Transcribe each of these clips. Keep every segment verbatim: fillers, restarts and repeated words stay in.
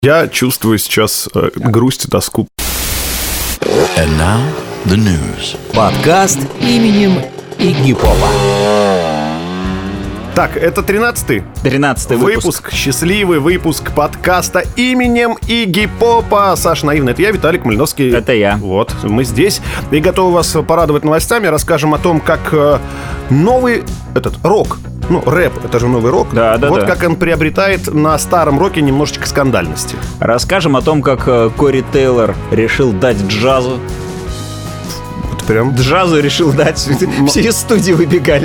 Я чувствую сейчас э, грусть и тоску. And now the news. Подкаст именем Игги Попа. Так, это тринадцатый тринадцатый выпуск. выпуск, счастливый выпуск подкаста именем Игги Попа. Саша Наивный, это я, Виталик Мальновский. Это я. Вот, мы здесь и готовы вас порадовать новостями. Расскажем о том, как э, новый этот рок, ну, рэп, это же новый рок. Да, да, вот да. как он приобретает на старом роке немножечко скандальности. Расскажем о том, как э, Кори Тейлор решил дать джазу. Вот прям... Джазу решил дать. Все из студии выбегали.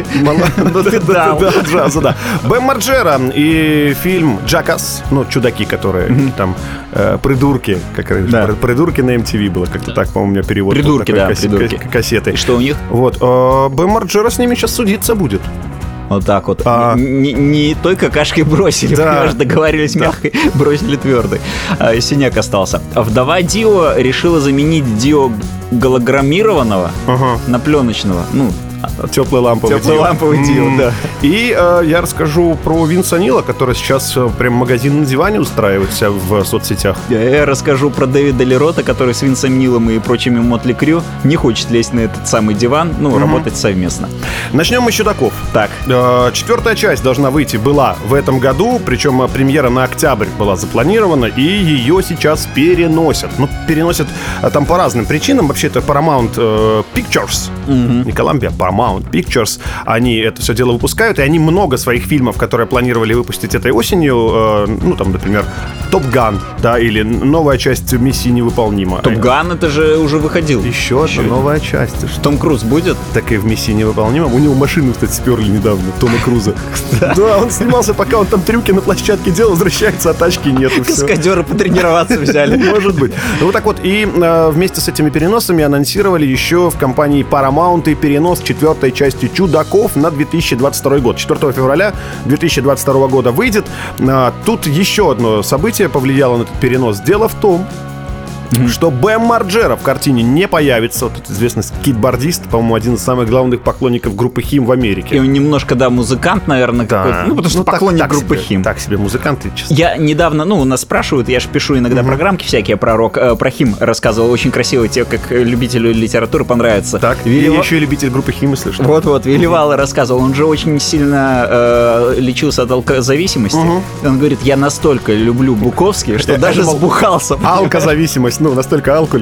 Да, джаза, да. Бэм Марджера и фильм «Джакас». Ну, чудаки, которые там придурки. Как придурки на эм ти ви было. Как-то так, по-моему, у меня перевод. Придурки, да, придурки. Кассеты. И что у них? Вот. Бэм Марджера с ними сейчас судиться будет. Вот так вот. А... Не, не той какашкой бросили, да. Понимаешь, договорились да. мягкой, бросили твердой. А, синяк остался. Вдова Дио решила заменить Дио голограммированного ага. на пленочного. Ну, теплый ламповый Теплый Дио. ламповый Дио, mm. да. И э, я расскажу про Винса Нила, который сейчас э, прям магазин на диване устраивает себя в соцсетях. Я, я расскажу про Дэвида Лерота, который с Винсом Нилом и прочими Мотли Крю не хочет лезть на этот самый диван, ну, mm-hmm. работать совместно. Начнем мы с чудаков. Так. Э, четвертая часть должна выйти, была в этом году, причем э, премьера на октябрь была запланирована, и ее сейчас переносят. Ну, переносят э, там по разным причинам. Вообще, это Paramount э, Pictures, mm-hmm. не Columbia, Paramount Pictures, они это все дело выпускают, и они много своих фильмов, которые планировали выпустить этой осенью, э, ну, там, например, Топ Ган, да, или новая часть «Миссии невыполнима». Топ Ган, это же уже выходил. Еще, Еще одна новая часть. Том Круз будет? Так и в «Миссии невыполнима». У него машину, кстати, сперли недавно, Тома Круза. Да, он снимался, пока он там трюки на площадке делал, возвращается, а тачки нету. Каскадеры потренироваться взяли. Может быть. Ну, вот так вот, и вместе с этими переносами анонсировали еще в компании Paramount и перенос четвертой части «Чудаков» на две тысячи двадцать второй год. четвёртого февраля две тысячи двадцать второго года выйдет. Тут еще одно событие повлияло на этот перенос. Дело в том, Mm-hmm. что Бэм Марджера в картине не появится. Вот этот известный скейтбордист, по-моему, один из самых главных поклонников группы Хим в Америке. И он немножко, да, музыкант, наверное, да. какой-то. Ну, потому что ну, поклонник так, так группы себе, Хим. Так себе музыканты, честно. Я недавно, ну, нас спрашивают, я же пишу иногда mm-hmm. программки всякие про рок. Э, про Хим рассказывал, очень красиво, тебе, как любителю литературы, понравится. Так, Вилива... я еще и любитель группы Хим, если что. Вот-вот, Вилливал mm-hmm. рассказывал, он же очень сильно э, лечился от алкозависимости. Mm-hmm. Он говорит, я настолько люблю Буковский, что я даже думал, сбухался. Алкозависимость, ну, настолько алко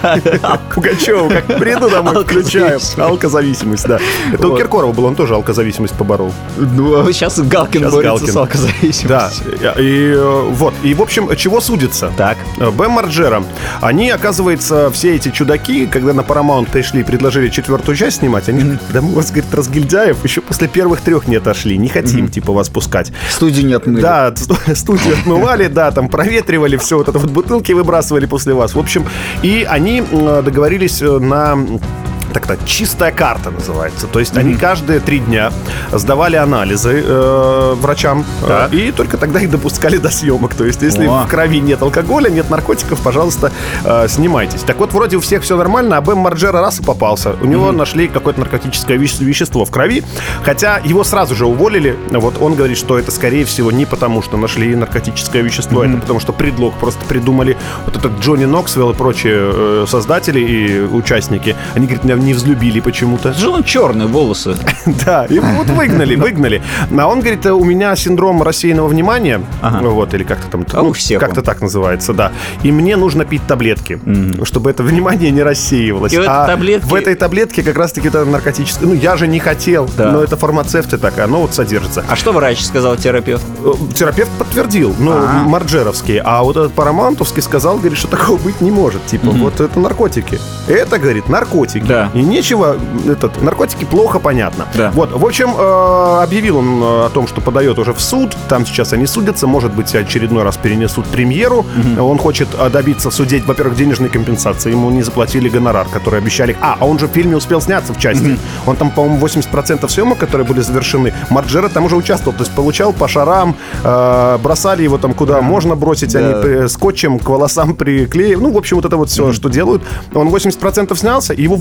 Да, Пугачева, как приду домой, включаю. Алкозависимость, да. Это у Киркорова был, он тоже алкозависимость поборол. Ну, сейчас Галкин борется с алкозависимостью. Да, и вот. И, в общем, чего судится? Так. Бэм Марджера. Они, оказывается, все эти чудаки, когда на Paramount пришли и предложили четвертую часть снимать, они, да мы вас, говорит, разгильдяев еще после первых трех не отошли. Не хотим, типа, вас пускать. Студию не отмыли. Да, студию отмывали, да, там проветривали все, вот это вот бутылки выбрасывали после вас. В общем, и они договорились на... Так-то, чистая карта называется. То есть mm-hmm. они каждые три дня сдавали анализы э, врачам, э, и только тогда их допускали до съемок. То есть если О. в крови нет алкоголя, нет наркотиков, пожалуйста, э, снимайтесь. Так вот, вроде у всех все нормально, а Бэм Марджера раз и попался. У него mm-hmm. нашли какое-то наркотическое веще- вещество в крови, хотя его сразу же уволили. Вот он говорит, что это, скорее всего, не потому, что нашли наркотическое вещество, mm-hmm. это потому, что предлог просто придумали. Вот этот Джонни Ноксвилл и прочие э, создатели и участники, они говорят, меня не взлюбили почему-то. Же он черные волосы. Да, и вот выгнали, выгнали. А он говорит, у меня синдром рассеянного внимания, вот, или как-то там, а у всех как-то так называется, да. И мне нужно пить таблетки, чтобы это внимание не рассеивалось. А в этой таблетке как раз-таки это наркотическое. Ну, я же не хотел, но это фармацевты так, оно вот содержится. А что врач сказал, терапевт? Терапевт подтвердил, ну, марджеровский, а вот этот парамаунтовский сказал, говорит, что такого быть не может. Типа, вот это наркотики. Это, говорит, наркотики. Да. И нечего, этот, наркотики плохо понятно. Да. Вот, в общем, э, объявил он о том, что подает уже в суд. Там сейчас они судятся, может быть, очередной раз перенесут премьеру. Mm-hmm. Он хочет добиться в суде, во-первых, денежной компенсации. Ему не заплатили гонорар, который обещали. А, а он же в фильме успел сняться в части. Mm-hmm. Он там, по-моему, восемьдесят процентов съемок, которые были завершены, Марджера там уже участвовал. То есть получал по шарам, э, бросали его там куда mm-hmm. можно бросить. Да. Они э, скотчем к волосам приклеили. Ну, в общем, вот это вот все, mm-hmm. что делают. Он восемьдесят процентов снялся, и его вырезали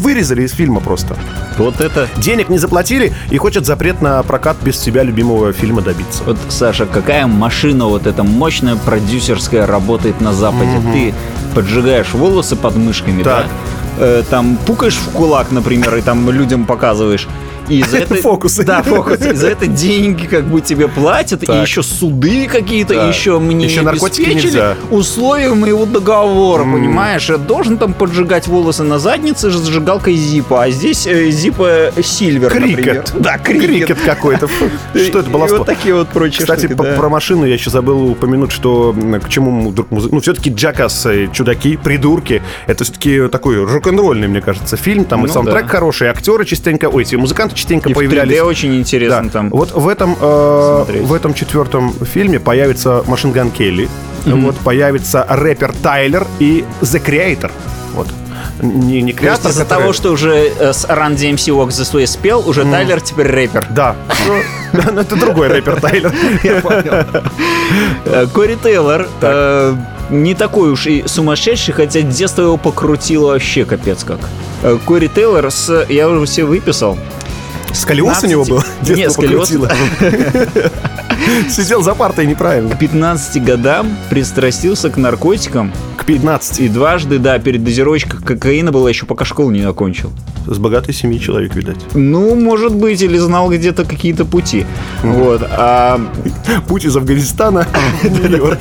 из фильма просто. Вот это... Денег не заплатили и хочет запрет на прокат без тебя любимого фильма добиться. Вот, Саша, какая машина вот эта мощная продюсерская работает на Западе. Mm-hmm. Ты поджигаешь волосы под мышками, так. да? Э, там пукаешь в кулак, например, и там людям показываешь. И за это, фокусы. Да, фокусы. И за это деньги как бы тебе платят, так. и еще суды какие-то, да. и еще мне еще наркотики нельзя. Условия моего договора, mm. понимаешь? Я должен там поджигать волосы на заднице с зажигалкой Зипа, а здесь э, Зипа Сильвер, например. Да, крикет. Крикет какой-то. Что это было? Вот такие вот прочие Кстати, штуки, да. про машину я еще забыл упомянуть, что к чему вдруг музыка... Ну, все-таки Джакас, чудаки, придурки. Это все-таки такой рок-н-ролльный, мне кажется, фильм. Там ну, и саундтрек да. хороший, актеры частенько... Ой, эти музыканты частенько и появлялись. И очень интересно да. там. Вот в этом, э, в этом четвертом фильме появится Machine Gun Kelly, mm-hmm. вот, появится рэпер Тайлер и The Creator. Вот. Не, не креатор, из-за который... того, что уже с Run ди эм си Walk the Way спел, уже mm. Тайлер теперь рэпер. Да. Но это другой рэпер Тайлер. Я понял. Кори Тейлор не такой уж и сумасшедший, хотя детство его покрутило вообще капец как. Кори Тейлор с... Я уже все выписал. Сколиоз у него был? Нет, сколиоз. Сидел за партой неправильно. К пятнадцати годам пристрастился к наркотикам. К пятнадцати? И дважды, да, передозировочка кокаина была еще, пока школу не окончил. С богатой семьи человек, видать. Ну, может быть, или знал где-то какие-то пути. Mm-hmm. Вот. А... Путь из Афганистана в Нью-Йорк.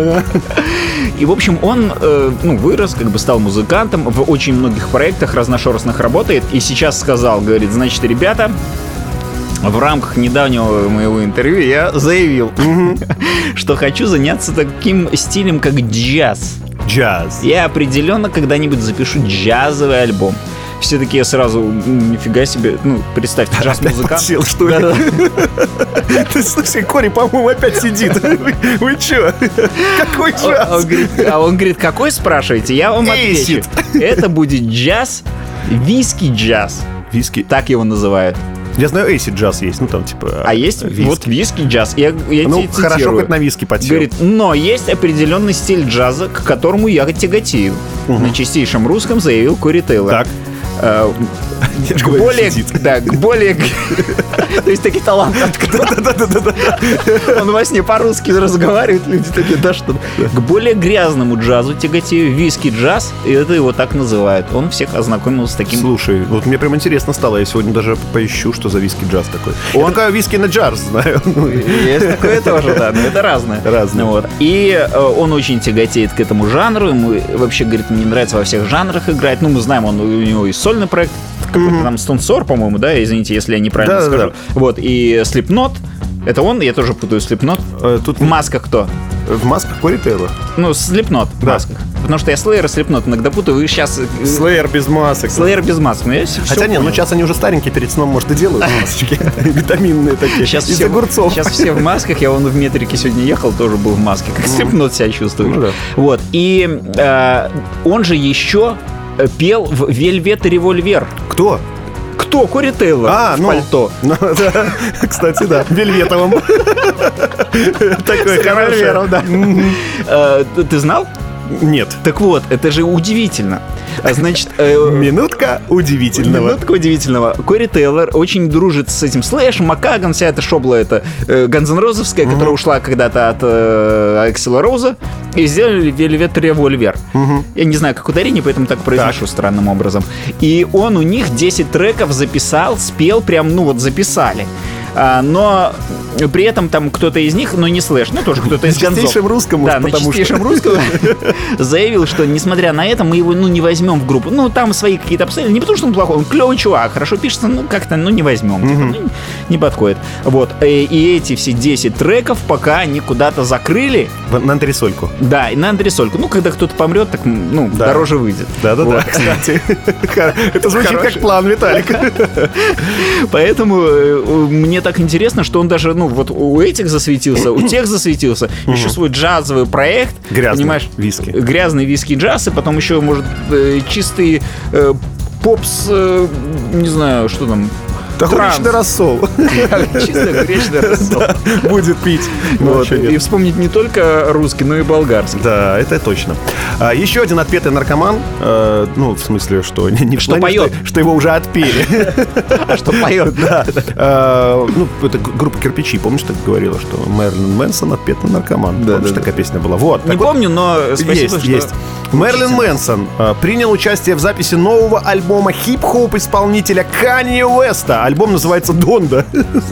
И, в общем, он э, ну, вырос, как бы стал музыкантом, в очень многих проектах разношерстных работает. И сейчас сказал, говорит, значит, ребята, в рамках недавнего моего интервью я заявил, mm-hmm. что хочу заняться таким стилем, как джаз. Джаз. Я определенно когда-нибудь запишу джазовый альбом. Все такие сразу, нифига себе, ну, представьте, джаз-музыкант. Сел, что ли? Ты, слушай, Кори, по-моему, опять сидит. Вы чё? Какой джаз? А он говорит, какой, спрашиваете? Я вам отвечу. Это будет джаз, виски-джаз. Виски? Так его называют. Я знаю, эйсид джаз есть, ну там типа... А есть виски. Вот виски-джаз. Я, я ну, тебе хорошо, цитирую. хоть на виски потел. Говорит, но есть определенный стиль джаза, к которому я тяготею. Угу. На чистейшем русском заявил Кори Тейлор. Так. Uh, к более, да, к более, то есть такие таланты откуда? Он во сне по-русски разговаривает, люди такие, да что? К более грязному джазу тяготею, виски-джаз, и это его так называют. Он всех ознакомил с таким. Слушай, вот мне прям интересно стало, я сегодня даже поищу, что за виски-джаз такой. Я только виски на джаз знаю. Есть такое тоже, да, но это разное. Разное. Вот. И он очень тяготеет к этому жанру, ему вообще, говорит, мне нравится во всех жанрах играть. Ну, мы знаем, он, у него и сольный проект, какой-то mm-hmm. там Stone Sour, по-моему, да, извините, если я неправильно да, скажу. Да, да. Вот, и Slipknot, это он, я тоже путаю Slipknot. Э, тут... В масках кто? В масках Кори Тейлор. Ну, Slipknot в да. масках. Потому что я Slayer и Slipknot иногда путаю, вы сейчас... Slayer без масок. Slayer без масок. Ну, хотя нет, ну сейчас они уже старенькие, перед сном, может, и делают масочки. Витаминные такие. Сейчас из все, огурцов. Сейчас все в масках. Я вон в метрике сегодня ехал, тоже был в маске. Как Slipknot себя чувствуешь. Ну, да. Вот. И э, он же еще пел в Velvet Revolver. Кто? Кто? Кори Тейлор а, в ну, пальто. Ну, да. Кстати, да, вельветовым. Такой хороший. Да. Ты знал? Нет. Так вот, это же удивительно. Значит, э, минутка удивительного. Минутка удивительного. Кори Тейлор очень дружит с этим Слэш, Макаган, вся эта шобла, это э, Guns N' Roses'ская, угу. которая ушла когда-то от э, Аксела Роуза, и сделали Velvet Revolver. Угу. Я не знаю, как ударение, поэтому так произношу так. странным образом. И он у них десять треков записал, спел, прям, ну вот записали. А, но при этом там кто-то из них, но не Слэш, ну тоже кто-то из Гонзов. На чистейшем русском, да, на чистейшем русском заявил, что несмотря на это, мы его ну не возьмем в группу. Ну там свои какие-то обстоятельства, не потому что он плохой, он клевый чувак, хорошо пишется, ну как-то ну не возьмем, типа, ну, не подходит. Вот и, и эти все десять треков пока они куда-то закрыли. На антресольку. Да, и на антресольку. Ну когда кто-то помрет, так ну да. дороже выйдет. Да-да-да. Вот. Кстати, это звучит Хороший. Как план, Виталик. Поэтому мне так интересно, что он даже, ну, вот у этих засветился, у тех засветился, еще свой джазовый проект. Грязный понимаешь, виски. Грязный виски-джаз, и потом еще, может, чистый попс, не знаю, что там, Огуречный рассол. Чисто огуречный рассол. Будет пить. И вспомнить не только русский, но и болгарский. Да, это точно. Еще один отпетый наркоман. Ну, в смысле, что не что поет, что его уже отпели. А что поет? Да. Ну, это группа «Кирпичи». Помнишь, так говорила, что Мэрилин Мэнсон отпетый наркоман? Помнишь, такая песня была? Вот. Не помню, но спасибо, что... Есть. Мэрилин Мэнсон принял участие в записи нового альбома хип-хоп исполнителя Канье Уэста. Альбом называется «Донда».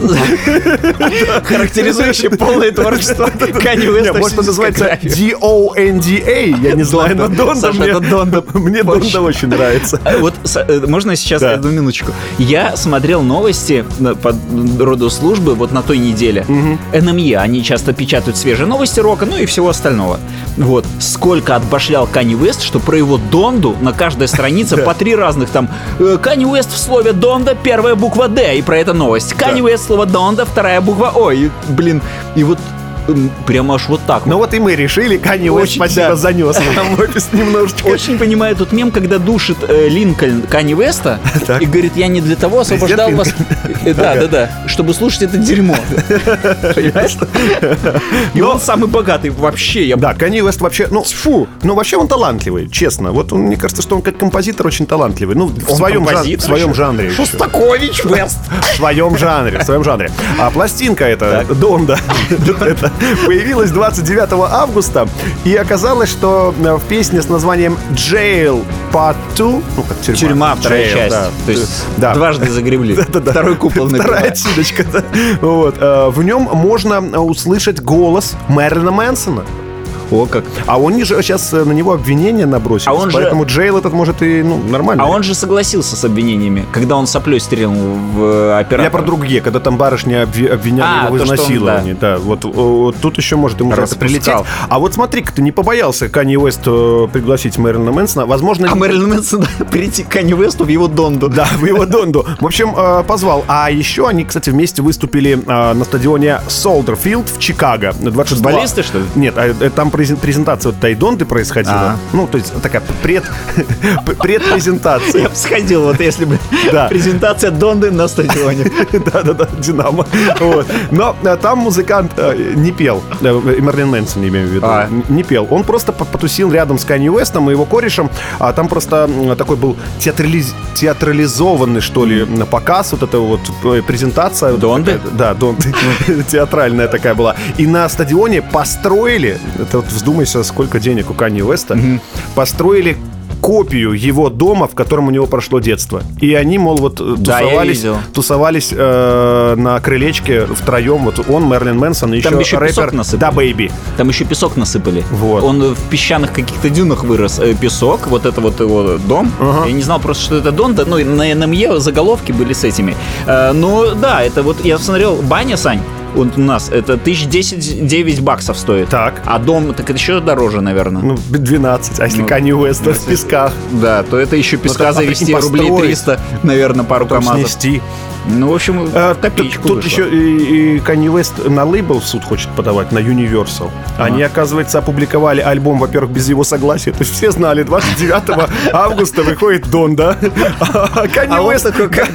Характеризующий полное творчество Канье Уэста. Может, он называется ди о эн ди эй, я не знаю, но Донда мне Донда очень нравится. Вот можно сейчас одну минуточку? Я смотрел новости по роду службы вот на той неделе. эн эм и, они часто печатают свежие новости рока, ну и всего остального. Вот. Сколько отбашлял Канье Уэст, что про его Донду на каждой странице по три разных там. Канье Уэст в слове Донда, первая буква Д, и про это новость. Канье Уэст слово Донда, вторая буква О. И, блин, и вот прямо аж вот так. Ну вот. вот и мы решили, Канье Уэст, спасибо, да. занес нам в офис немножечко. Очень понимаю тот мем, когда душит э, Линкольн Канье Уэста и говорит, я не для того освобождал вас, да, да, да, чтобы слушать это дерьмо. Понимаешь? И он самый богатый вообще. Да, Канье Уэст вообще, ну, фу, ну вообще он талантливый, честно. Вот мне кажется, что он как композитор очень талантливый. Ну, в своем жанре. Шостакович Уэст. В своем жанре, в своем жанре. А пластинка эта, Донда, это появилась двадцать девятого августа, и оказалось, что в песне с названием Jail Part два, ну как тюрьма, тюрьма вторая Jail, часть, да, то есть да. дважды загребли, второй купол написал. Вторая отсидочка, да. Вот. В нем можно услышать голос Мэрилина Мэнсона. О, как. А он же сейчас на него обвинения набросились, а он поэтому же... Джейл этот может и ну, нормально. А он же согласился с обвинениями, когда он соплей стрельнул в оператора. Я про другие, когда там барышня обвиняли а, его в изнасиловании. Он, да. Да, вот, вот тут еще может ему за это прилететь. А вот смотри-ка, ты не побоялся Канье Уэст пригласить Мэрилина Мэнсона. Возможно... А Мэрилин Мэнсон прийти к Канье Уэсту в его Донду. Да, в его Донду. В общем, позвал. А еще они, кстати, вместе выступили на стадионе Солдерфилд в Чикаго. двадцать два... Футболисты, что ли? Нет, там презентация вот Тайдонды происходила. А-а. Ну, то есть такая пред, предпрезентация. Я бы сходил, вот если бы да. презентация Донды на стадионе. Да-да-да, Динамо. Вот. Но там музыкант не пел. Мэрилин Мэнсон, не имею в виду. А. Не пел. Он просто потусил рядом с Канье Уэстом и его корешем. А там просто такой был театрализ... театрализованный, что ли, показ, вот эта вот презентация. Донды? Вот да, Донды. Театральная такая была. И на стадионе построили, это вот вздумайся, сколько денег у Канье Уэста, mm-hmm. построили копию его дома, в котором у него прошло детство. И они, мол, вот да, тусовались, тусовались э, на крылечке втроем. Вот он, Мэрилин Мэнсон и еще, еще рэпер Да Бэйби. Там еще песок насыпали. Вот. Он в песчаных каких-то дюнах вырос. Э, песок, вот это вот его дом. Uh-huh. Я не знал просто, что это дом. Да, ну, на эн эм и заголовки были с этими. Э, ну, да, это вот, я посмотрел, баня, Сань, вот у нас это тысяча десять баксов стоит. Так. А дом, так это еще дороже, наверное. Ну, двенадцать. А если ну, Канье Уэста в песках? Да, то это еще песка ну, завести рублей триста, наверное, пару КамАЗов. Снести. Ну, в общем, а, копеечку Тут, тут еще и, и Канье Уэст на лейбл в суд хочет подавать, на Universal. А. Они, оказывается, опубликовали альбом, во-первых, без его согласия. То есть все знали, двадцать девятого августа выходит Донда. А Канье Уэст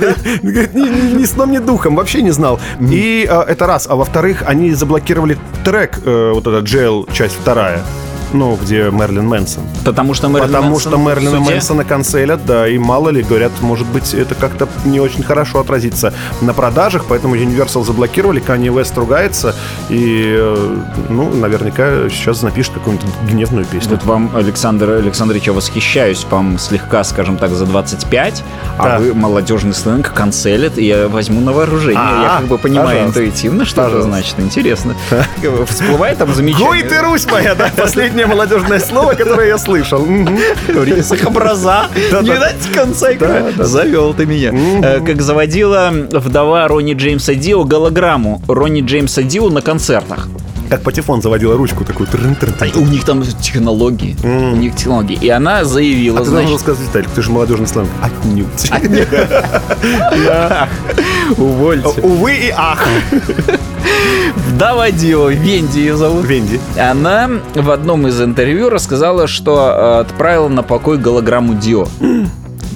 ни сном, ни духом, вообще не знал. И это раз. А во-вторых, они заблокировали трек, вот этот Jail, часть вторая. Ну, где Мэрилин Мэнсон. Потому что Мэрилин Потому Мэнсон что Мэрилина Мэнсона канцелят, да, и мало ли, говорят, может быть, это как-то не очень хорошо отразится на продажах, поэтому Universal заблокировали, Канье Уэст ругается, и, ну, наверняка сейчас напишет какую-нибудь гневную песню. Вот вам, Александр Александрович, я восхищаюсь, вам слегка, скажем так, за двадцать пять, да. А вы молодежный сленг канцелят, и я возьму на вооружение. А-а-а, я как бы понимаю пожалуйста. Интуитивно, что это значит. Интересно. Всплывает там замечание. Гой ты, Русь моя, да, последняя молодежное слово, которое я слышал. С их образа. Не видать конца игры. Завел ты меня. Как заводила вдова Ронни Джеймса Дио голограмму Ронни Джеймса Дио на концертах. Как Патефон заводила ручку такую. У них там технологии. У них технологии. И она заявила, а ты должен рассказать, Виталик, ты же молодежный сленг. Отнюдь. Увольте. Увы и ах. Вдова Дио, Венди ее зовут. Венди. Она в одном из интервью рассказала, что отправила на покой голограмму Дио.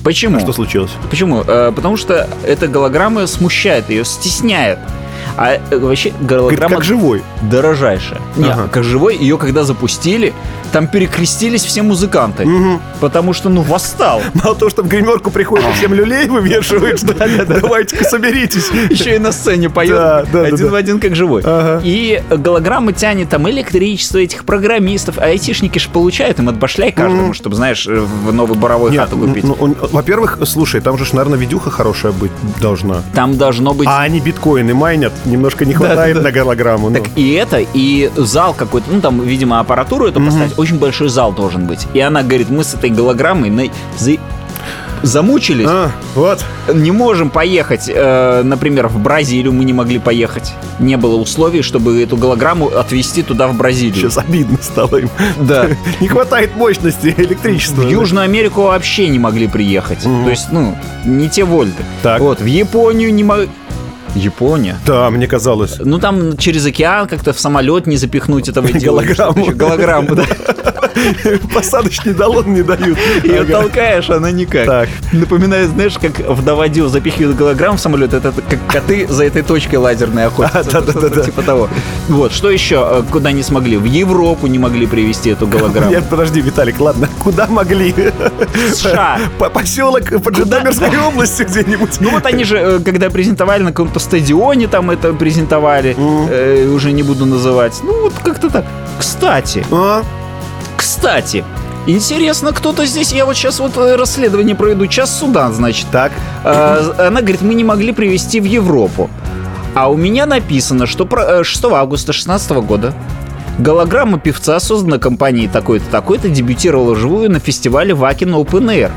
Почему? А что случилось? Почему? Э, потому что эта голограмма смущает ее, стесняет. А э, вообще голограмма Как живой. дорожайшая. Нет, Ага. как живой, ее когда запустили, там перекрестились все музыканты. Мгм. Потому что, ну, восстал. Мало того, что в гримерку приходит и всем люлей вывешивает, что давайте-ка соберитесь. Еще и на сцене поет Да, да, да, один да. в один, как живой. Ага. И голограмма тянет там электричество этих программистов, а айтишники же получают им отбашляй каждому, чтобы, знаешь, в новый боровой Нет, хату купить. ну, он- во-первых, слушай, там же, ж, наверное, видюха хорошая быть должна. Там должно быть... А они биткоины майнят, немножко не хватает на голограмму. ну. Так и это, и зал какой-то, ну там, видимо, аппаратуру эту поставить, очень большой зал должен быть. И она говорит, мы с этой голограммой на... за- замучились, А, вот. не можем поехать, э, например, в Бразилию мы не могли поехать. Не было условий, чтобы эту голограмму отвезти туда, в Бразилию. Сейчас обидно стало им. Да. Не хватает мощности электричества. В Южную Америку вообще не могли приехать. То есть, ну, не те вольты. Так. Вот, в Японию не могли... Япония? Да, мне казалось. Ну, там через океан как-то в самолет не запихнуть этого дела. Голограмму. Голограмму, да. Посадочный талон не дают. Ее Ага. толкаешь, она никак. Так. Напоминает, знаешь, как в Даводил запихивают голограмм в самолет, это как коты за этой точкой лазерной охотятся. А, да-да-да-да. Что-то типа того. Вот, что еще, э, куда не смогли? В Европу не могли привезти эту голограмму. Нет, подожди, Виталик, ладно, куда могли? США. По поселок под Житомирской областью где-нибудь. Ну вот они же, э, когда презентовали на каком-то стадионе, там это презентовали, э, уже не буду называть. Ну вот как-то так. Кстати, А? кстати, интересно, кто-то здесь, я вот сейчас вот э, расследование проведу, час суда, значит. Так. Э, Она говорит, мы не могли привезти в Европу. А у меня написано, что про- э, шестого августа две тысячи шестнадцатого года голограмма певца, созданная компанией такой-то, такой-то, дебютировала вживую на фестивале Wacken Open Air.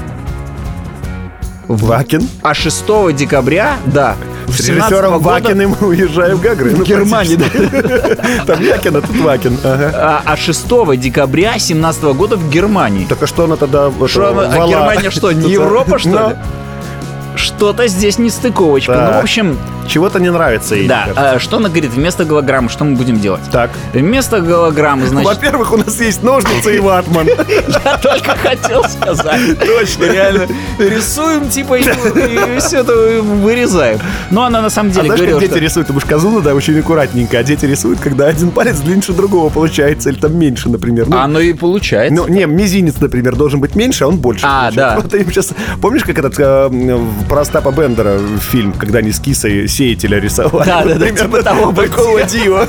Вакин. А шестого декабря, да, С семнадцатого режиссером года- Вакиным уезжаю в Гагры. В Германии, да. Там Якин, а тут Вакин. Ага. А, а шестого декабря семнадцатого года в Германии. Так а что она тогда... Что она- а Германия что, не Европа, что ли? Что-то здесь не стыковочка. Так. Ну, в общем, Чего-то не нравится ей. да. мне кажется. А, что она говорит? Вместо голограммы что мы будем делать? Так. Вместо голограммы, значит... Во-первых, у нас есть ножницы и ватман. Я только хотел сказать. Точно. Реально. Рисуем, типа, и, и все это вырезаем. Но она на самом А деле знаешь, как говорила, дети что... рисуют? Уж козуна, да, очень аккуратненько. А дети рисуют, когда один палец длиннее другого получается, или там меньше, например. Ну, А оно и получается. Ну, не, мизинец, например, должен быть меньше, а он больше. А, получается. да. Вот им сейчас... Помнишь, как этот э, про Остапа Бендера фильм, когда они с кисой сеятеля рисовали? Да, да, да, Примерно типа того такого дио.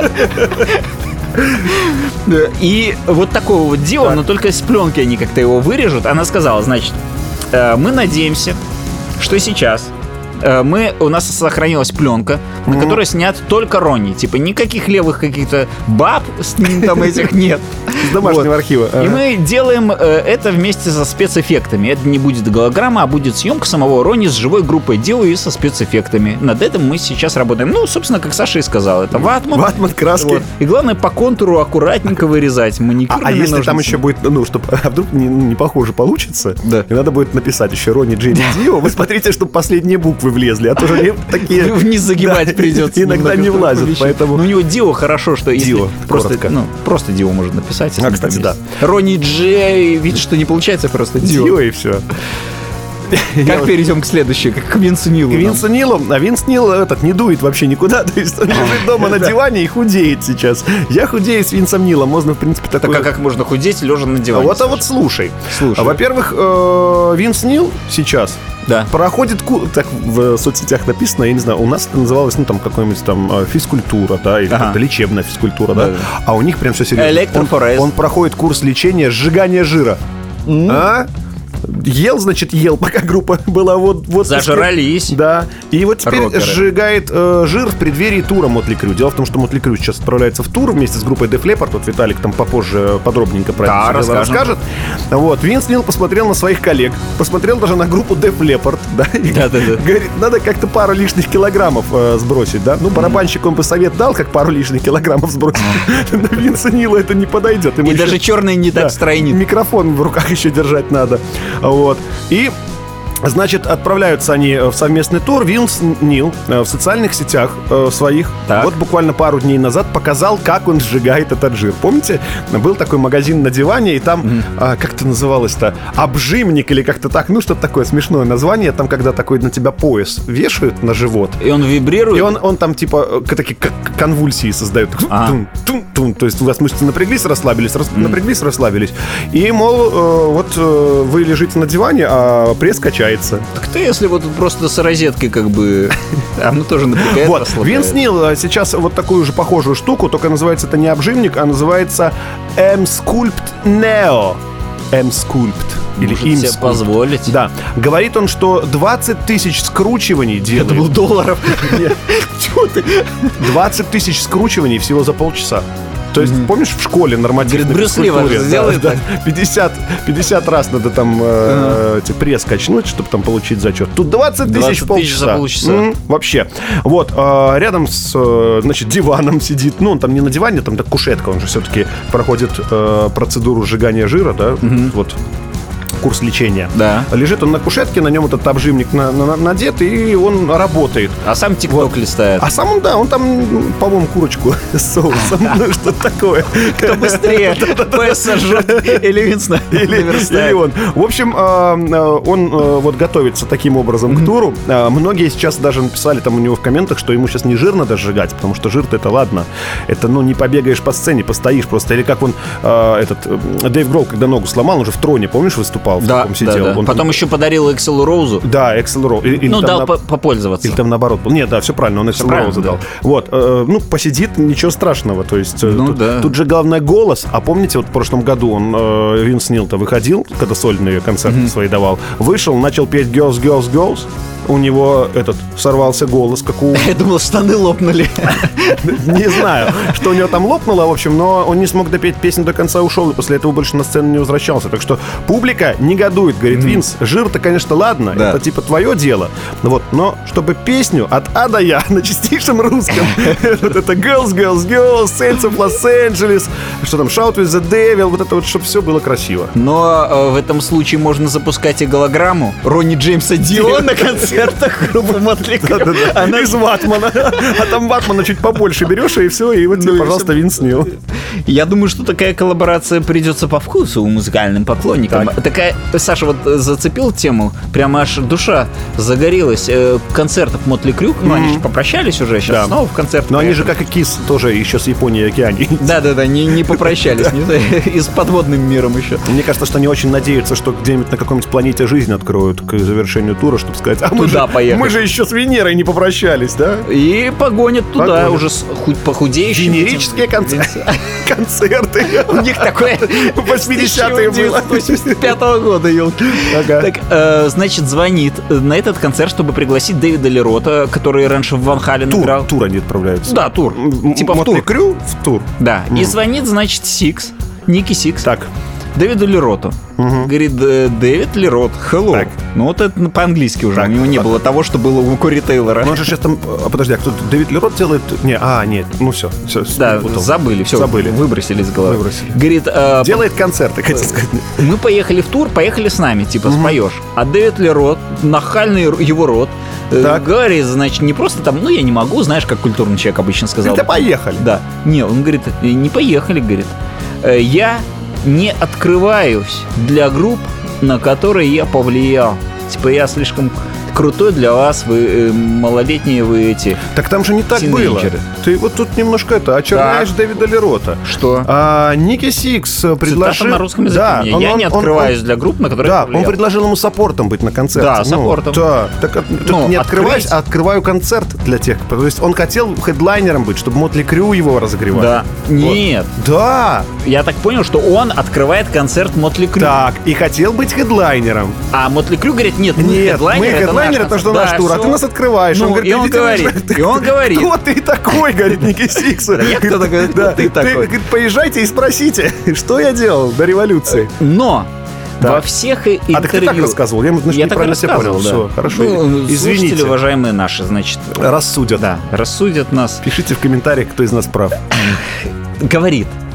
И вот такого вот дела, но только с пленки они как-то его вырежут. Она сказала, значит, э, мы надеемся, что сейчас э, мы, у нас сохранилась пленка, на которой снят только Ронни. Типа никаких левых каких-то баб с ним там этих нет. Из домашнего Вот. архива. И Ага. мы делаем э, это вместе со спецэффектами. Это не будет голограмма, а будет съемка самого Ронни с живой группой Dio и со спецэффектами. Над этим мы сейчас работаем. Ну, собственно, как Саша и сказал, это ватман. Ватман, краски. Вот. И главное по контуру аккуратненько вырезать А, маникюрными а если там ножницами. еще будет, ну, чтобы, а вдруг не, не похоже получится, Да. и надо будет написать еще Ронни Джерри Дио, вы смотрите, чтобы последние буквы влезли, а то же они такие... Вниз загибать Да, придется. иногда немного, не чтобы влазят, помещать. поэтому- Ну, у него Дио хорошо, что если Дио, просто, коротко. ну, просто Дио можно написать. если А, не кстати, поместится. Ронни Джей, видишь, что не получается, просто Дио. Дио и все. Как перейдем к следующей, как к Винсу Нилу. К Винсу Нилу, а Винс Нил этот не дует вообще никуда, то есть он лежит дома на диване и худеет сейчас. Я худею с Винсом Нилом, можно, в принципе, Так такое... а как можно худеть, лежа на А диване? вот, а Саша? вот слушай. Слушай. А, Во-первых, э, Винс Нил сейчас Да. проходит, ку- так в соцсетях написано, я не знаю, у нас это называлось, ну, там, какой-нибудь там э, физкультура, да, или Ага. как-то лечебная физкультура, да, Да-да. а у них прям все серьезно. Электрофорез. Он, он проходит курс лечения сжигания жира. А? Ел, значит, ел, пока группа была вот... вот Зажрались. Да. И вот теперь Рокеры. сжигает э, жир в преддверии тура Мотли Крю. Дело в том, что Мотли Крю сейчас отправляется в тур вместе с группой Def Leppard. Вот Виталик там попозже подробненько про Да, это всё дело расскажем. расскажет. Вот. Винс Нил посмотрел на своих коллег, посмотрел даже на группу Def Leppard, да, и Да-да-да. говорит, надо как-то пару лишних килограммов э, сбросить, да. Ну, барабанщик он бы совет дал, как пару лишних килограммов сбросить. Но Винсу Нилу это не подойдет. Ему И еще- даже черный не так да, стройнит. микрофон в руках еще держать надо. Вот. И Значит, отправляются они в совместный тур. Винс Нил в социальных сетях своих так. вот буквально пару дней назад показал, как он сжигает этот жир. Помните, был такой магазин на диване, и там, mm-hmm. а, как это называлось-то, обжимник или как-то так, ну что-то такое смешное название, там когда такой на тебя пояс вешают на живот. И он вибрирует? И он, он там типа такие конвульсии создает. Тун, тун, тун. То есть у вас мышцы напряглись, расслабились, рас, mm. напряглись, расслабились. И, мол, э, вот э, вы лежите на диване, а пресс качает. Так ты, если вот просто с розеткой как бы... Оно тоже напрягает, вот. расслабляет. Винс Нил сейчас вот такую же похожую штуку, только называется это не обжимник, а называется M-Sculpt Neo. M-Sculpt. Или может себе позволить. Да. Говорит он, что двадцать тысяч скручиваний делает. Это был долларов. Чего ты? двадцать тысяч скручиваний всего за полчаса. То есть, mm-hmm. помнишь, в школе нормативной физкультуре сделает да, да, пятьдесят, пятьдесят раз надо там э, uh-huh. пресс качнуть, чтобы там получить зачет. Тут двадцать тысяч полчаса. За полчаса. Mm-hmm. Вообще. Вот, э, рядом с, э, значит, диваном сидит. Ну, он там не на диване, там так кушетка. Он же все-таки проходит э, процедуру сжигания жира, да, mm-hmm. вот. Курс лечения. Да. Лежит он на кушетке, на нем этот обжимник на, на, надет, и он работает. А сам ТикТок вот. листает. А сам он, да, он там, по-моему, курочку с соусом, ну, что-то такое. Кто быстрее, П С сожжет или Винс или он. В общем, он вот готовится таким образом к туру. Многие сейчас даже написали там у него в комментах, что ему сейчас не жир надо сжигать, потому что жир-то это ладно. Это, ну, не побегаешь по сцене, постоишь просто. Или как он, этот, Дэйв Гролл, когда ногу сломал, он же в Троне, помнишь, выступал? В да, таком сидел. Да, да. Он Потом там... еще подарил Экселу Роузу. Да, Эксел Роуз. Ну, дал на... попользоваться. Или там наоборот был. Нет, да, все правильно, он Эксел Роуза дал. Да. Вот, э, ну, посидит, ничего страшного. То есть, ну, тут, да. тут же главное голос. А помните, вот в прошлом году он, э, Винс Нил-то выходил, когда сольные концерты mm-hmm. свои давал, вышел, начал петь Girls, Girls, Girls. У него этот сорвался голос, как у... Я думал, штаны лопнули. Не знаю, что у него там лопнуло, в общем, но он не смог допеть песню до конца, ушел, и после этого больше на сцену не возвращался. Так что публика негодует, говорит, Винс, жир-то, конечно, ладно, да. это типа твое дело, вот, но чтобы песню от А до Я на чистейшем русском, вот это Girls, Girls, Girls, Saints of Los Angeles, что там, Shout with the Devil, вот это вот, чтобы все было красиво. Но в этом случае можно запускать и голограмму Ронни Джеймса Дио на концерте. Группа Мотли Крю. Она из Ватмана. А там Ватмана чуть побольше берешь, и все, и вот тебе, пожалуйста, Винс Нил. Я думаю, что такая коллаборация придется по вкусу музыкальным поклонникам. Так. Такая, Саша вот зацепил тему, прямо аж душа загорелась. Концертов Мотли Крю, ну, они же попрощались уже, сейчас снова в концерт. Но они же, как и Кис, тоже еще с Японией и Океанией. Да-да-да, не попрощались, и с подводным миром еще. Мне кажется, что они очень надеются, что где-нибудь на каком-нибудь планете жизнь откроют к завершению тура, чтобы сказать, а мы же, мы же еще с Венерой не попрощались, да? И погонят туда погонят. Уже хоть похудеющие. Венерические концерты. Концерты. У них такое восьмидесятые было. восемьдесят пятого года, елки. Так, значит, звонит на этот концерт, чтобы пригласить Дэвида Ли Рота, который раньше в Ван Хален играл. Тур они отправляются. Да, тур. Типа в тур. Крю в тур. Да. И звонит, значит, Сикс. Ники Сикс. Так. Дэвиду Ли Роту. Угу. Говорит, Дэвид Ли Рот, hello. Так. Ну вот это по-английски уже. Так, у него не так. было того, что было у Кори Тейлора. Ну он же сейчас там... А, подожди, а кто Дэвид Ли Рот делает... Не, а, нет, ну все. все да, спутал. забыли, все. Забыли. Выбросили из головы. Выбросили. Говорит... А, делает концерты, хотите сказать. Мы поехали в тур, поехали с нами, типа, угу. споешь. А Дэвид Ли Рот, нахальный его рот, так. говорит, значит, не просто там, ну я не могу, знаешь, как культурный человек обычно сказал. Да поехали. Да. Не, он говорит, не поехали, говорит. Я... не открываюсь для групп, на которые я повлиял. Типа я слишком крутой для вас, вы э, малолетние вы эти. Так там же не так было. Ты вот тут немножко это очерняешь да. Дэвида Ли Рота. Что? А, Ники Сикс предложил... Цитата на русском языке. Да, он, я он, не открываюсь он, для групп, на которые да, я повлиял. он предложил ему саппортом быть на концерте. Да, саппортом. Ну, да. Так ну, не открываюсь, а открываю концерт для тех. То есть он хотел хедлайнером быть, чтобы Мотли Крю его разогревали. Да. Вот. Нет. Да. Я так понял, что он открывает концерт Мотли Крю. Так, и хотел быть хедлайнером. А Мотли Крю говорит, нет, мы нет, хедлайнеры, мы хедлайнеры, это что наш тур, а ты нас открываешь. Ну, он говорит, и он говорит, и он говорит. Кто ты такой, говорит Ники Сикс. Кто-то говорит, кто ты такой. Поезжайте и спросите, что я делал до революции. Но да. во всех интервью... А ты так рассказывал? Я, значит, я неправильно себя понял. Да. Все, хорошо. Ну, извините. Слушатели, уважаемые наши, значит... Рассудят. Да, рассудят нас. Пишите в комментариях, кто из нас прав. Говорит,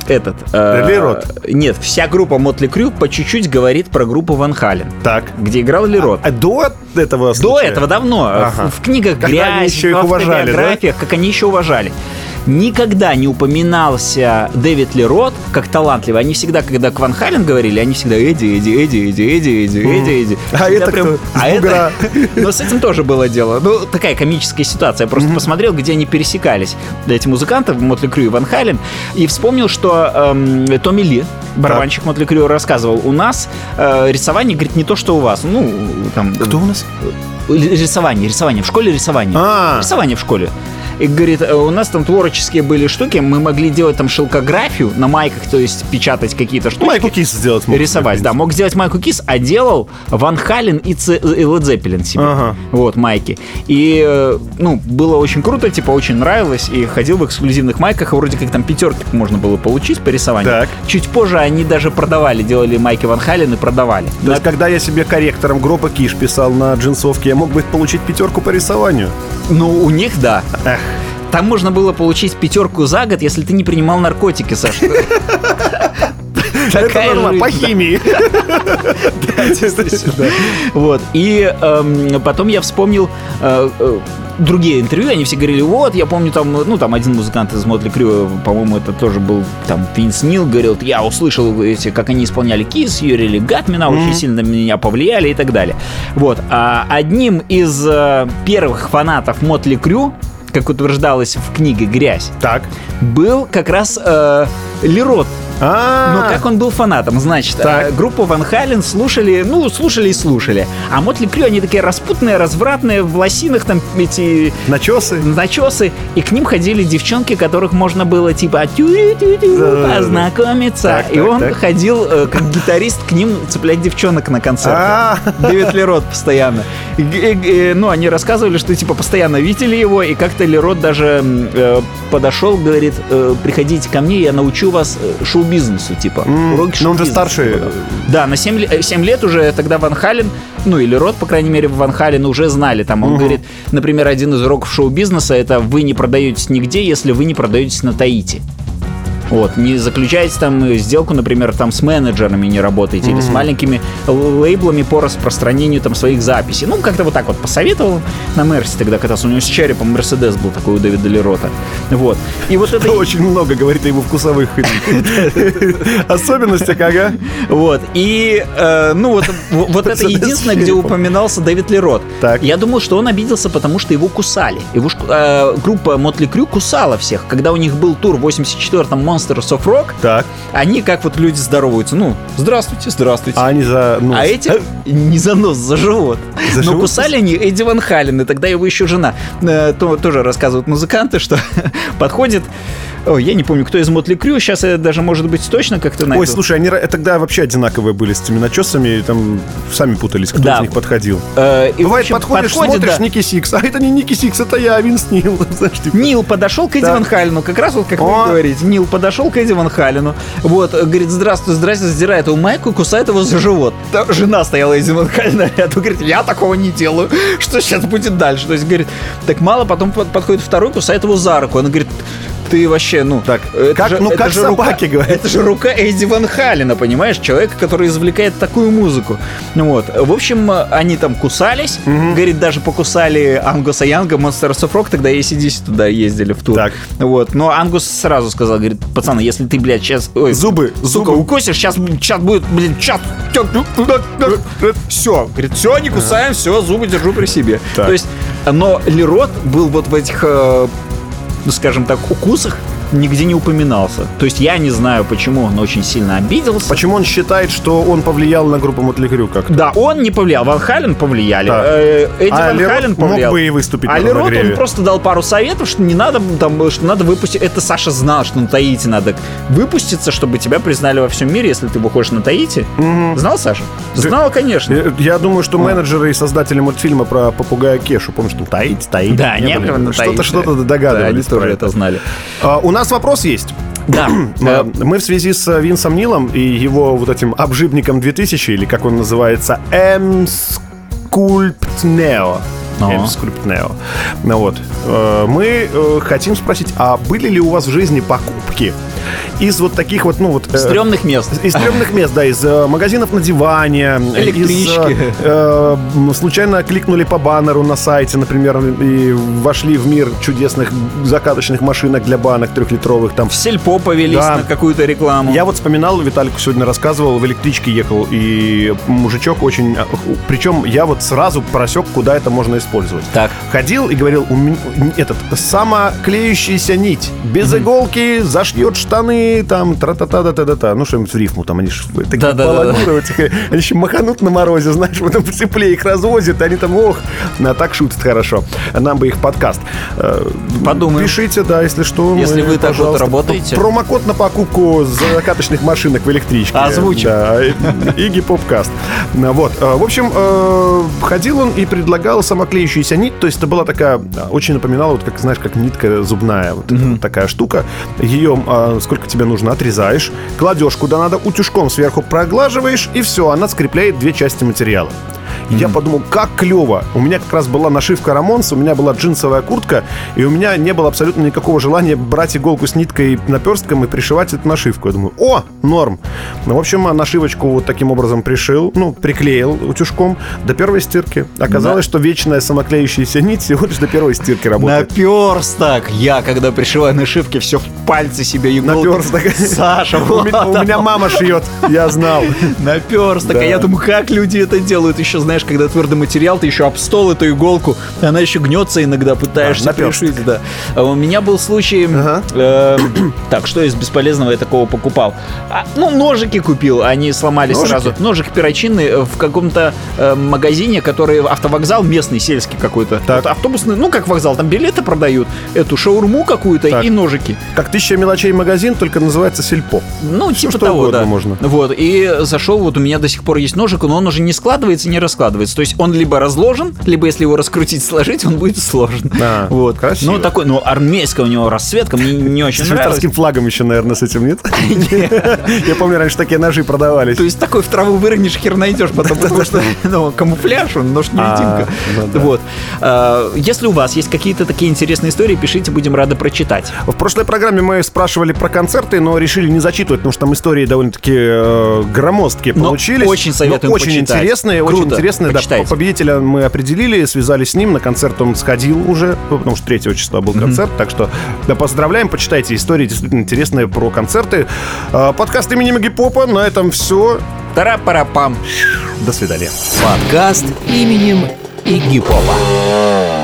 этот... Ли Рот? Э, нет, вся группа Motley Crue по чуть-чуть говорит про группу Ван Хален. Так. Где играл Ли Рот. А, а до этого случая? До этого давно. Ага. В, в книгах как «Грязь», еще их в уважали, автобиографиях, да? Как они еще уважали. Никогда не упоминался Дэвид Ли Рот как талантливый. Они всегда, когда к Ван Хален говорили, они всегда Эдди, Эдди, Эдди, Эдди, Эдди, Эдди, Эдди, Эдди. А это прям... кто? А это... Но с этим тоже было дело. Ну, такая комическая ситуация. Я просто посмотрел, где они пересекались. Эти музыканты, Мотли Крю и Ван Хален, и вспомнил, что эм, Томми Ли, барабанщик Мотли Крю, рассказывал, у нас э, рисование, говорит, не то, что у вас. Ну, там... Кто у нас? Рисование, рисование. В школе рисование. А-а-а. Рисование в школе. И говорит, у нас там творческие были штуки, мы могли делать там шелкографию на майках, то есть печатать какие-то штуки. Майку Кис сделать мог. Рисовать, да. Мог сделать Майку Кис, а делал Ван Хален и Лед Зеппелин себе. Ага. Вот, майки. И, ну, было очень круто, типа, очень нравилось. И ходил в эксклюзивных майках, вроде как там пятерки можно было получить по рисованию. Так. Чуть позже они даже продавали, делали майки Ван Хален и продавали. То на... есть, когда я себе корректором Гроба Киш писал на джинсовке, я мог бы получить пятерку по рисованию? Ну, у них, да. Эх. Там можно было получить пятерку за год, если ты не принимал наркотики, Саша. Это нормально, по химии. Вот. И потом я вспомнил другие интервью, они все говорили, вот, я помню, там, ну, там один музыкант из Мотли Крю, по-моему, это тоже был, там, Винс Нил, говорил, я услышал эти, как они исполняли Kiss, Юрили Гатмина, очень сильно на меня повлияли и так далее. Вот. А одним из первых фанатов Мотли Крю, как утверждалось в книге «Грязь», так. был как раз э, Ли Рот. А-а-а. Но как он был фанатом, значит, так. группу Ван Хален слушали, ну, слушали и слушали. А Мотли Крю, они такие распутные, развратные, в лосинах там эти... Начесы. Начесы. И к ним ходили девчонки, которых можно было типа тю-тю-тю познакомиться. Так, и так, он так. ходил, э, как гитарист, к ним цеплять девчонок на концерты. Дэвид Ли Рот постоянно. И, и, и, ну, они рассказывали, что типа постоянно видели его, и как-то Ли Рот даже э, подошел, говорит, э, приходите ко мне, я научу вас шоу бизнесу, типа. Mm, уроки шоу-бизнеса. Но он же старший. Да, на семь лет уже тогда Ван Хален, ну или Рот, по крайней мере, Ван Хален уже знали. Там он uh-huh. говорит, например, один из уроков шоу-бизнеса — это вы не продаетесь нигде, если вы не продаетесь на Таити. Вот, не заключаете там сделку, например, там с менеджерами не работаете, mm-hmm. или с маленькими лейблами по распространению там своих записей. Ну, как-то вот так вот посоветовал на Мерсе тогда катался. У него с черепом Мерседес был такой у Дэвида Ли Рота. Вот. И вот это... Очень много говорит о его вкусовых особенностях, ага. Вот. И, ну, вот вот это единственное, где упоминался Дэвид Ли Рот. Я думал, что он обиделся, потому что его кусали. Группа Мотли Крю кусала всех. Когда у них был тур в восемьдесят четвёртом Monsters of Rock, так. они как вот люди здороваются. Ну, здравствуйте, здравствуйте. А они за нос. А эти не за нос, за живот. За Но живот? Кусали они Эдди Ван Хален, и тогда его еще жена. Э, то, тоже рассказывают музыканты, что подходит... Ой, я не помню, кто из Мотли Крю. Сейчас я даже, может быть, точно как-то найду. Ой, слушай, они тогда вообще одинаковые были с этими начесами, и там сами путались, кто да. из них подходил. Э, и, Бывает, общем, подходишь, подходит, смотришь, да. Ники Сикс, а это не Ники Сикс, это я, Винс Нил. Знаешь, типа. Нил подошел к Эдди Ван Халену, как раз вот как О. вы говорите. Нил подошел к Эдди Ван Халену, вот, говорит, здравствуй, здрасте, сдирает его майку и кусает его за живот. Там жена стояла Эдди Ван Халена рядом, говорит, я такого не делаю, что сейчас будет дальше? То есть, говорит, так мало, потом подходит второй, кусает его за руку. Она говорит, ты вообще, ну... Так, как, же, ну, как собаки, рука, говорят. Это же рука Эдди Ван Халена, понимаешь? Человека, который извлекает такую музыку. Вот. В общем, они там кусались. Mm-hmm. Говорит, даже покусали Ангуса Янга, Monsters of Rock, тогда и си ди си туда ездили в тур. Так. Вот. Но Ангус сразу сказал, говорит, пацаны, если ты, блядь, сейчас... Ой, зубы, сука, зубы. укусишь, сейчас, сейчас будет, блин, сейчас... Все. Говорит, все, не кусаем, все, зубы держу при себе. Так. То есть, но Ли Рот был вот в этих... ну, скажем так, укусах нигде не упоминался. То есть я не знаю, почему он очень сильно обиделся. Почему он считает, что он повлиял на группу Мотли Крю как-то? Да, он не повлиял. Ван Хален повлияли. Да. Эдди а Ван Хален повлиял. Мог бы и выступить а Ли Рот, он просто дал пару советов, что не надо, там, что надо выпустить. Это Саша знал, что на Таити надо выпуститься, чтобы тебя признали во всем мире, если ты выходишь на Таити. Угу. Знал, Саша? Знал, конечно. Я, я думаю, что менеджеры и создатели мультфильма про попугая Кешу, помнишь, там Таити, Таити. Да, не было на Таити. Что-то, что-то догадывались. Да, они тоже это знали. А, у нас вопрос есть. Да. Мы в связи с Винсом Нилом и его вот этим обжибником две тысячи, или как он называется, М-Скульптнео. М-Скульптнео. Ну вот. Мы хотим спросить, а были ли у вас в жизни покупки, из вот таких вот, ну вот... Стрёмных мест. Из стрёмных мест, да, из э, магазинов на диване. Электрички. Из, э, э, случайно кликнули по баннеру на сайте, например, и вошли в мир чудесных закаточных машинок для банок трехлитровых. Там. В сельпо повелись да. на какую-то рекламу. Я вот вспоминал, Виталику сегодня рассказывал, в электричке ехал, и мужичок очень... Причем я вот сразу просек, куда это можно использовать. Так. Ходил и говорил, у меня этот, самоклеющаяся нить, без mm-hmm. иголки, зашьет штаны, там, тра-та-та-та-та-та. Ну, что-нибудь в рифму, там, они же такие балагуры, они еще маханут на морозе, знаешь, потом по тепле их развозят, они там, ох, а так шутят хорошо. Нам бы их подкаст. Подумаем. Пишите, да, если что. Если мы так вот работаете. Промокод на покупку закаточных машинок в электричке. Озвучим. Да, Игги Попкаст. Вот. В общем, ходил он и предлагал самоклеющуюся нить. То есть это была такая, очень напоминала, вот как, знаешь, как нитка зубная. Вот mm-hmm. такая штука. Ее, сколько тебе нужно, отрезаешь, кладешь куда надо, утюжком сверху проглаживаешь, и все, она скрепляет две части материала. Mm-hmm. Я подумал, как клево. У меня как раз была нашивка Рамонс, у меня была джинсовая куртка, и у меня не было абсолютно никакого желания брать иголку с ниткой наперстком и пришивать эту нашивку. Я думаю, о, норм. Ну, в общем, нашивочку вот таким образом пришил, ну, приклеил утюжком до первой стирки. Оказалось, да. что вечная самоклеющаяся нить всего лишь до первой стирки работает. Наперсток! Я, когда пришиваю нашивки, все в пальцы себе иголки. Наперсток. Саша, у меня, у меня мама шьет, я знал. Наперсток. А я думаю, как люди это делают? Еще, знаешь, когда твердый материал, ты еще об стол эту иголку, она еще гнется иногда, пытаешься а, пришить. Да. А у меня был случай... Ага. Э, так, что из бесполезного я такого покупал? А, ну, ножики купил, они сломались ножики? сразу. Ножик перочинный в каком-то э, магазине, который автовокзал местный, сельский какой-то. Вот автобусный, ну, как вокзал, там билеты продают, эту шаурму какую-то так. и ножики. Как тысяча мелочей магазин, только называется сельпо. Ну, типа что того, угодно да. можно. Вот, и зашел, вот у меня до сих пор есть ножик, но он уже не складывается, не раскладывается. То есть он либо разложен, либо если его раскрутить, сложить, он будет сложен. А, вот. Красиво. Ну, такой, ну, армейская у него расцветка, мне не очень нравится. С швейцарским флагом еще, наверное, с этим нет? Я помню, раньше такие ножи продавались. То есть такой в траву выронишь, хер найдешь потом, потому что камуфляж, он нож-невидимка. Вот. Если у вас есть какие-то такие интересные истории, пишите, будем рады прочитать. В прошлой программе мы спрашивали про концерты, но решили не зачитывать, потому что там истории довольно-таки громоздкие получились. Очень советуем почитать. Очень интересные, очень интересные. Победителя мы определили, связались с ним, на концерт он сходил уже, потому что третьего числа был концерт, mm-hmm. так что да, поздравляем, почитайте истории действительно интересные про концерты. Подкаст именем Игги Попа, на этом все. Тара-пара-пам. До свидания. Подкаст именем Игги Попа.